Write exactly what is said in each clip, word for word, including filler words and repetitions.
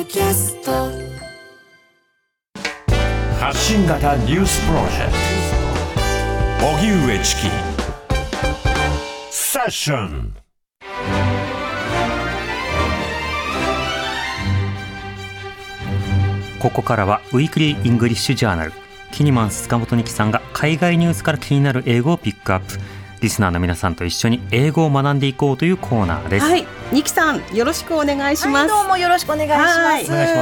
キャスト発信型ニュースプロジェクト荻上チキセッション。 ここからはウィークリーイングリッシュジャーナル、キニマンス塚本二木さんが海外ニュースから気になる英語をピックアップ。リスナーの皆さんと一緒に英語を学んでいこうというコーナーです。 はい、ニキさんよろしくお願いします。 はい、どうもよろしくお願いします。 はい、お願いします。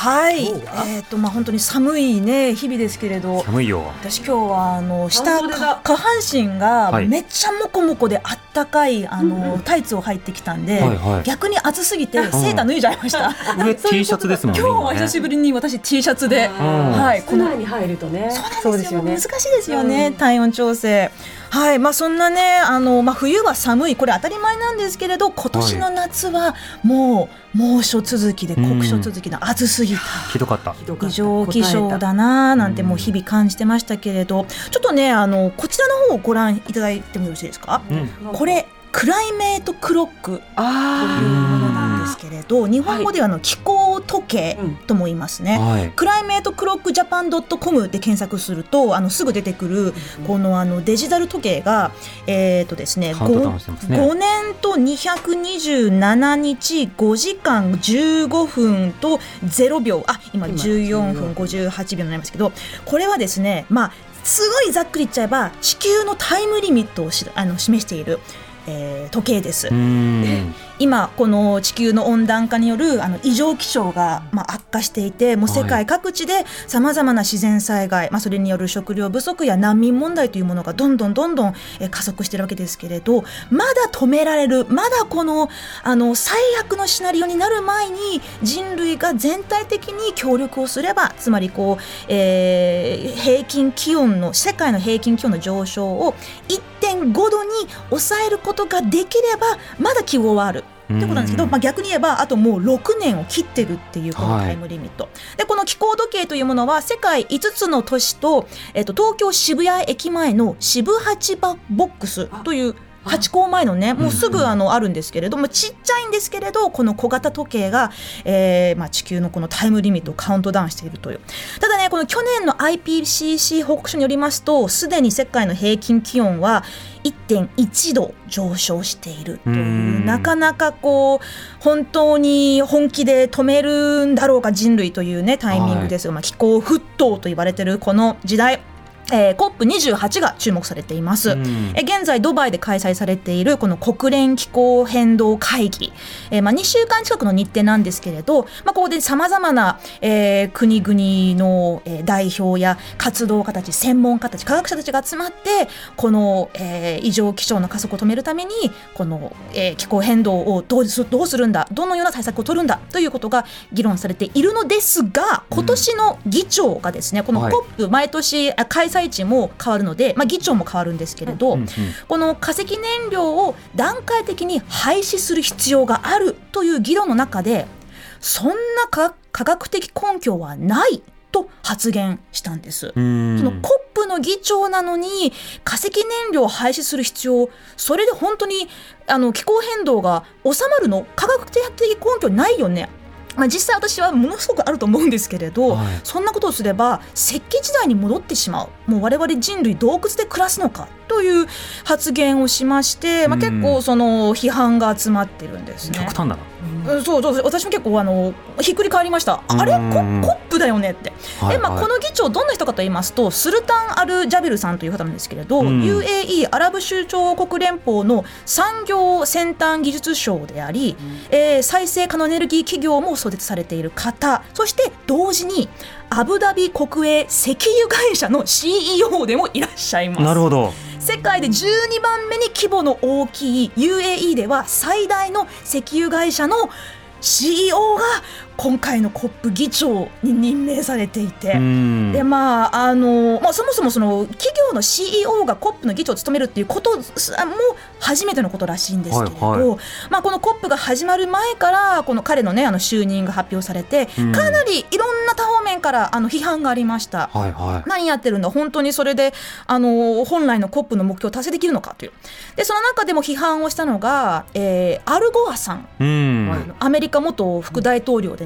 はい、えーとまあ、本当に寒いね日々ですけれど、 寒いよ。 私今日はあの下下半身がめっちゃモコモコであったかい、あの、うん、タイツを履いてきたんで、はいはい、逆に暑すぎてセーター脱いじゃいました。 上 T シャツですもんね。 今日は久しぶりに私 T シャツで、はい、 室内に入るとね、 そうですよね、難しいですよね、うん、体温調整。はい、まあ、そんなねあの、まあ、冬は寒い、これ当たり前なんですけれど、今年の夏はもう猛暑続きで酷暑続きの暑すぎた、 ひどかった、 異常気象だななんてもう日々感じてましたけれど、ちょっとねあのこちらの方をご覧いただいてもよろしいですか。うん、これクライメートクロックというものなんですけれど、日本語ではあの気候時計とも言いますね、はい、クライメートクロックジャパンドットコムで検索するとあのすぐ出てくるこのあのデジタル時計が、えーとですね、 カウントダウンしてますね。 ごねんとにひゃくにじゅうななにちごじかんじゅうごふんとゼロびょう、あ今じゅうよんふんごじゅうはちびょうになりますけど、これはですね、まあすごいざっくり言っちゃえば地球のタイムリミットをしあの示しているえー、時計です。 うーん、 今この地球の温暖化によるあの異常気象が、まあ、悪化していて、もう世界各地でさまざまな自然災害、まあ、それによる食料不足や難民問題というものがどんどんどんどん、えー、加速しているわけですけれど、まだ止められる、まだこの、あの最悪のシナリオになる前に人類が全体的に協力をすれば、つまりこう、えー、平均気温の世界の平均気温の上昇を いってんごどに抑えることができればまだ希望はあるということなんですけど、まあ、逆に言えばあともうろくねんを切ってるっていうこのタイムリミット、はい、でこの気候時計というものは世界いつつの都市と、えっと、東京渋谷駅前の渋八ボックスというハチ公前のね、もうすぐあのあるんですけれども、ちっちゃいんですけれど、この小型時計が、えーまあ、地球のこのタイムリミットをカウントダウンしているという。ただね、この去年の アイピーシーシー 報告書によりますと、すでに世界の平均気温は いってんいちど上昇しているという、なかなかこう本当に本気で止めるんだろうか人類というねタイミングですが、はい、まあ、気候沸騰と言われているこの時代、えー、コップにじゅうはち が注目されています、うん、え現在ドバイで開催されているこの国連気候変動会議、えーまあ、にしゅうかん近くの日程なんですけれど、まあ、ここでさまざまな、えー、国々の、えー、代表や活動家たち、専門家たち、科学者たちが集まってこの、えー、異常気象の加速を止めるためにこの、えー、気候変動をどうす、どうするんだ、どのような対策を取るんだということが議論されているのですが、今年の議長がですね、この コップ、はい、毎年開催地も変わるので、まあ、議長も変わるんですけれど、うんうん、この化石燃料を段階的に廃止する必要があるという議論の中で、そんな科学的根拠はないと発言したんです。そのコップの議長なのに化石燃料を廃止する必要、それで本当にあの気候変動が収まるの？科学的根拠ないよね。まあ、実際私はものすごくあると思うんですけれど、はい、そんなことをすれば石器時代に戻ってしまう、もう我々人類洞窟で暮らすのかという発言をしまして、まあ、結構その批判が集まってるんですね。 極端だな。 うん、そうそう、私も結構あのひっくり返りました。あれ コ, コップだよねって、はいはい、でまあ、この議長どんな人かと言いますと、スルタン・アル・ジャベルさんという方なんですけれど、うん、ユーエーイー アラブ首長国連邦の産業先端技術省であり、うん、えー、再生可能エネルギー企業も創設されている方、そして同時にアブダビ国営石油会社の シーイーオー でもいらっしゃいます。 なるほど。 世界でじゅうにばんめに規模の大きい ユーエーイー では最大の石油会社の シーイーオー が今回のコップ議長に任命されていて、で、まああのまあ、そもそもその企業の シーイーオー がコップの議長を務めるっていうことも初めてのことらしいんですけれど、はいはい、まあ、このコップが始まる前からこの彼の、ね、あの就任が発表されて、かなりいろんな多方面からあの批判がありました、はいはい、何やってるんだ、本当にそれであの本来のコップの目標を達成できるのかという。でその中でも批判をしたのが、えー、アルゴアさん、うん、アメリカ元副大統領でね、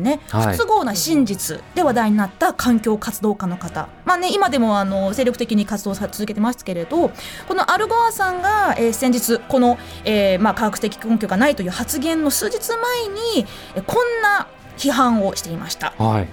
ね、 はい、 不都合な真実で話題になった環境活動家の方、まあね、今でもあの精力的に活動さ続けてますけれど、このアルゴアさんが、えー、先日この、えーまあ、科学的根拠がないという発言の数日前に、えー、こんな批判をしていました。 はい。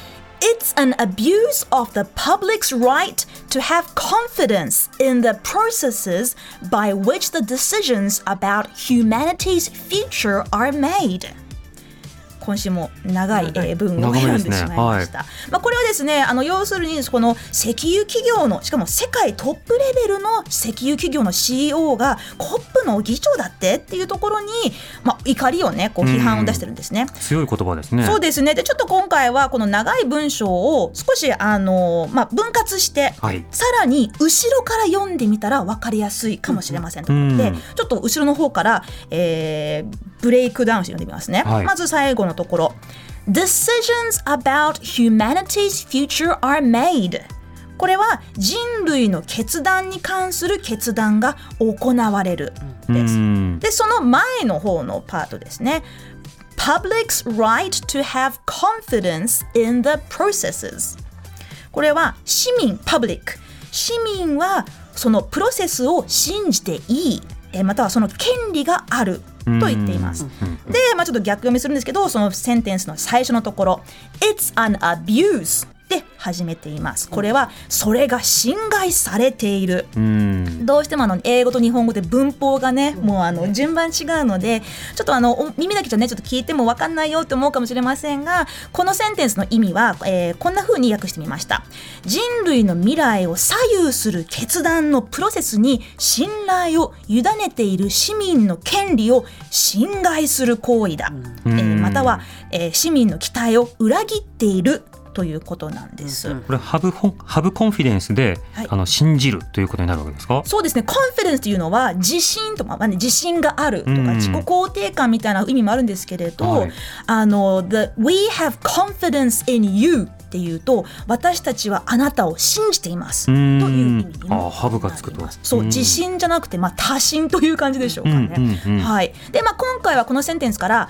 It's an abuse of the public's right to have confidence in the processes by which the decisions about humanity's future are made. 今週も長い文を読んでしまいました、はい。まあ、これはですね、あの要するにこの石油企業の、しかも世界トップレベルの石油企業の シーイーオー がコップの議長だってっていうところに、まあ、怒りをね、こう批判を出してるんですね。 強い言葉ですね。 そうですね。でちょっと今回はこの長い文章を少しあの、まあ、分割して、はい、さらに後ろから読んでみたら分かりやすいかもしれませんということで、ちょっと後ろの方から、えー、ブレイクダウンして読んでみますね、はい、まず最後のところ Decisions about humanity's future are made。 これは人類の決断に関する決断が行われるです。でその前の方のパートですね、 Public's right to have confidence in the processes。 これは市民、パブリック、市民はそのプロセスを信じていい、またはその権利があると言っています。で、まあ、ちょっと逆読みするんですけど、そのセンテンスの最初のところ It's an abuse で始めています。これはそれが侵害されている。うんどうしてもあの英語と日本語で文法がね、もうあの順番違うので、ちょっとあの耳だけじゃねちょっと聞いても分かんないよって思うかもしれませんが、このセンテンスの意味は、えー、こんな風に訳してみました。人類の未来を左右する決断のプロセスに信頼を委ねている市民の権利を侵害する行為だ、えー、または、えー、市民の期待を裏切っているということなんです。 これハブハブコンフィデンスで、はい、あの信じるということになるわけですか？ そうですね。コンフィデンスというのは自信とか、まあね、自信があるとか、うん、自己肯定感みたいな意味もあるんですけれど、はい、あの The We have confidence in you っていうと、私たちはあなたを信じていますという意味にもなります。あ、ハブがつくと、そう自信じゃなくて、まあ、多信という感じでしょうかね、うんうんうん、はい。で、まあ、今回はこのセンテンスから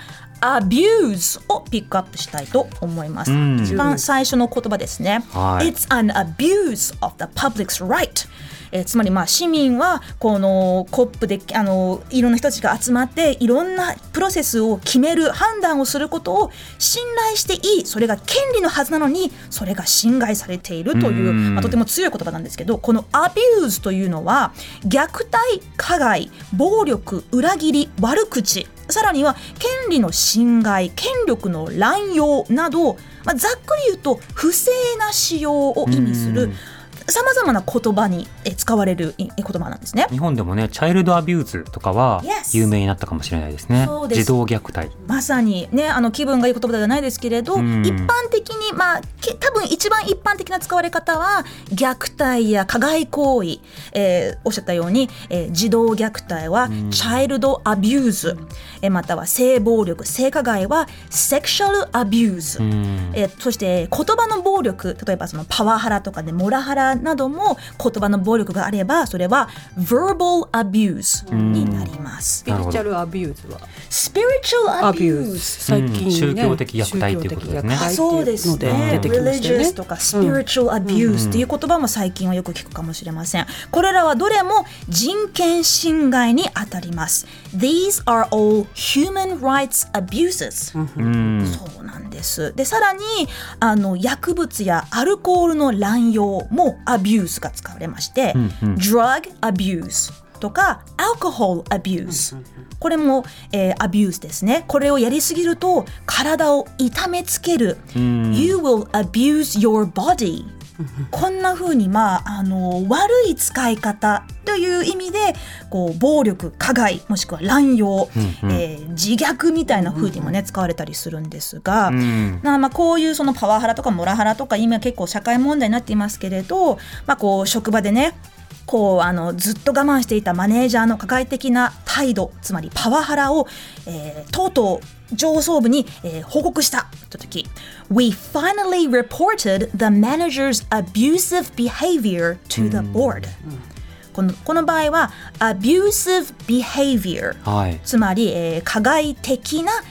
abuse をピックアップしたいと思います、うん、一番最初の言葉ですね、はい、It's an abuse of the public's right。えー、つまりまあ市民はこのコップであのいろんな人たちが集まっていろんなプロセスを決める判断をすることを信頼していい、それが権利のはずなのにそれが侵害されているという、まあ、とても強い言葉なんですけど、この abuse というのは虐待、加害、暴力、裏切り、悪口、さらには権利の侵害、権力の乱用など、まあ、ざっくり言うと不正な使用を意味するさまざまな言葉に使われる言葉なんですね。 日本でもね、チャイルドアビューズとかは有名になったかもしれないですね。そうです。児童虐待、 まさにね、あの気分がいい言葉ではないですけれど、一般的に、まあ、多分一番一般的な使われ方は虐待や加害行為、えー、おっしゃったように、えー、児童虐待はチャイルドアビューズ、えー、または性暴力、性加害はセクシャルアビューズ、えー、そして言葉の暴力、例えばそのパワハラとかでモラハラなども言葉の暴力があれば、それは verbal abuse になります。 スピリチュアルアビューズはスピリチュアルアビューズ、 最近、ね、 宗教的虐待ということですね。 そうですね。religious とか spiritual abuse っていう言葉も最近はよく聞くかもしれません。これらはどれも人権侵害に当たります。 These are all human rights abuses、うん、そうなんです。で、さらにあの薬物やアルコールの乱用もアビュースが使われまして、うんうん、drug abuse とか alcohol abuse、うんうん、これも、えー、アビュースですね。これをやりすぎると体を痛めつける、うん、You will abuse your body、うん、こんな風に、まあ、あの悪い使い方という意味でこう暴力、加害、もしくは乱用、うんうん、えー、自虐みたいな風にもね、使われたりするんですが、うん、まあ、こういうそのパワハラとかモラハラとか今結構社会問題になっていますけれど、まあ、こう職場でね、こうあのずっと我慢していたマネージャーの加害的な態度、つまりパワハラを、えー、とうとう上層部に、えー、報告したとき、We finally reported the manager's abusive behavior to the board、うん、この、この場合は abusive behavior、はい、つまり、えー、加害的な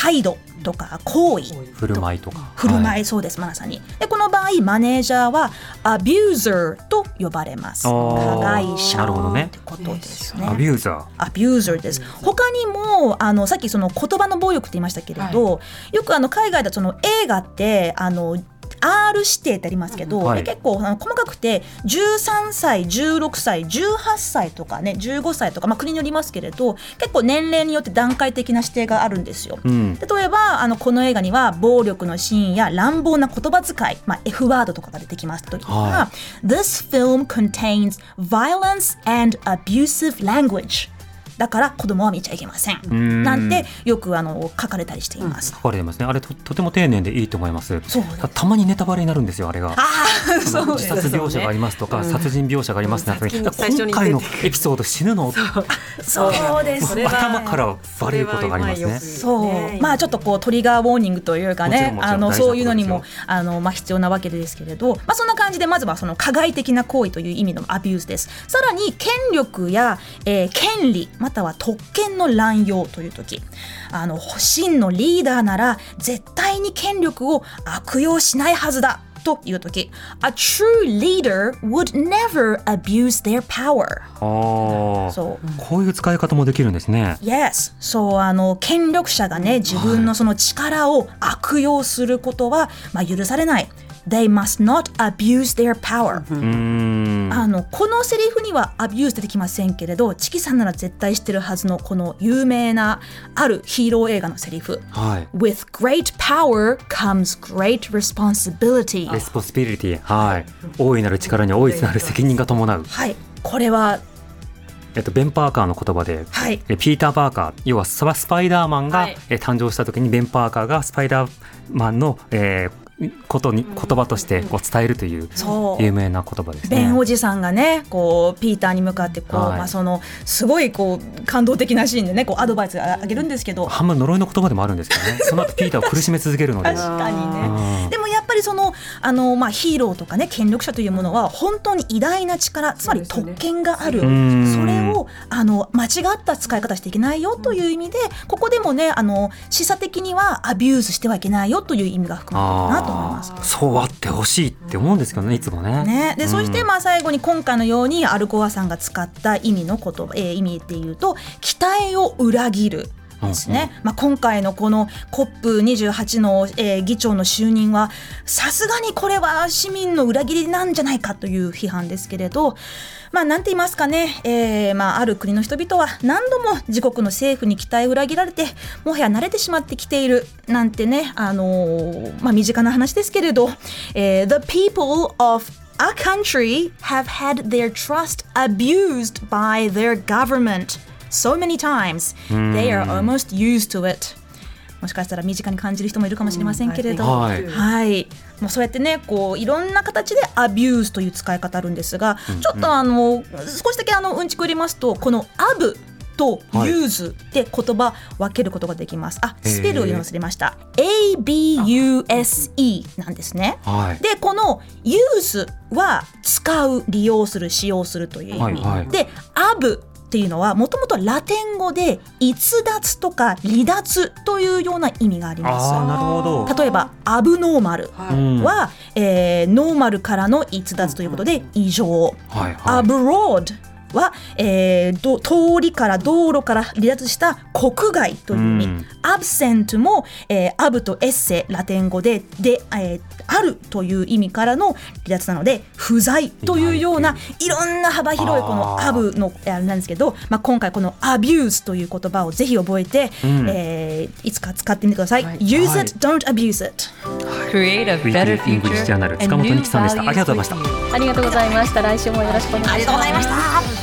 態度とか行為、 振る舞いとか振る舞い、 はい、 そうです、まさに。でこの場合マネージャーはアビューザーと呼ばれます。加害者なるほどねってことですね。 アビューザーアビューザーです。他にもあのさっきその言葉の暴力って言いましたけれど、はい、よくあの海外だとその映画ってあのアール 指定ってありますけど、はい、結構あの細かくてじゅうさんさいじゅうろくさいじゅうはっさいとかねじゅうごさいとか、まあ、国によりますけれど結構年齢によって段階的な指定があるんですよ、うん、例えばあのこの映画には暴力のシーンや乱暴な言葉遣い、まあ、F ワードとかが出てきました時には、はい、This film contains violence and abusive languageだから子供は見ちゃいけませんなんてよくあの書かれたりしています、 うん、書かれてますね。あれ と, とても丁寧でいいと思います。 そうた, たまにネタバレになるんですよあれが。 あそう自殺描写がありますとか、うん、殺人描写がありますね、うん、今回のエピソード死ぬのそうそうです頭からバレることがありますね。 そうまあちょっとこうトリガーウォーニングというかねあのそういうのにもあの、まあ、必要なわけですけれど、まあ、そんな感じでまずはその加害的な行為という意味のアビューズです。さらに権力や、えー、権利または特権の乱用という時、あの真のリーダーなら絶対に権力を悪用しないはずだという時、 A true leader would never abuse their power。 あそうこういう使い方もできるんですね。 Yes、 そうあの権力者がね自分のその力を悪用することは、まあ、許されない。They must not abuse their power。 うーんあのこのセリフには abuse 出てきませんけれど、チキさんなら絶対知ってるはずのこの有名なあるヒーロー映画のセリフ、はい、With great power comes great responsibility。 Responsibility、はい、大いなる力に大いなる責任が伴う。 はい、これはえっと、ベン・パーカーの言葉で、はい、ピーター・パーカー要はスパイダーマンが、はい、え誕生した時にベン・パーカーがスパイダーマンの、えーことに言葉としてこう伝えるという有名な言葉ですね。 ベンおじさんがねこうピーターに向かってこう、はいまあ、そのすごいこう感動的なシーンでねこうアドバイスあげるんですけど、 半分呪いの言葉でもあるんですけどねその後ピーターを苦しめ続けるので確かにね。でもやっぱりそのあの、まあ、ヒーローとかね権力者というものは本当に偉大な力つまり特権がある そ,、ね、それをあの間違った使い方していけないよという意味でここでもねあの示唆的にはアビューズしてはいけないよという意味が含まれてるなと思います。 そうあってほしいって思うんですけどねいつも ね, ねで、うん、そしてまあ最後に今回のようにアルコアさんが使った意味の言葉、えー、意味っていうと期待を裏切るですね。うんうんまあ、今回のこの コップにじゅうはち の、えー、議長の就任はさすがにこれは市民の裏切りなんじゃないかという批判ですけれど、まあなんて言いますかね、えーまあ、ある国の人々は何度も自国の政府に期待を裏切られてもはや慣れてしまってきているなんてね、あのーまあ、身近な話ですけれど、えー、The people of a country have had their trust abused by their government so many times they are almost used to it。 もしかしたら身近に感じる人もいるかもしれませんけれど、うんはいはい、もうそうやってねこういろんな形でアビューズという使い方あるんですが、うんうん、ちょっとあの少しだけあのうんちく入れますとこのアブとユーズで言葉分けることができます。あスペルを言い忘れました。 エービーユーエスイー なんですね、はい、でこのユーズは使う利用する使用するという意味、はいはい、でアブっていうのはもともとラテン語で逸脱とか離脱というような意味があります。 あなるほど。 例えばアブノーマルは、はいえー、ノーマルからの逸脱ということで異常、はいはい、アブロードは、えー、通りから道路から離脱した国外という意味、うん、アブセントも、えー、アブとエッセラテン語でで、えー、あるという意味からの離脱なので不在というようないろんな幅広いこのアブのあれなんですけど、まあ、今回このアビューズという言葉をぜひ覚えて、うんえー、いつか使ってみてください、はい、Use it, don't abuse it。 Create a better future ジャーナル塚本二木さんでした。ありがとうございました。 ありがとうございました。来週もよろしくお願いします。 ありがとうございました。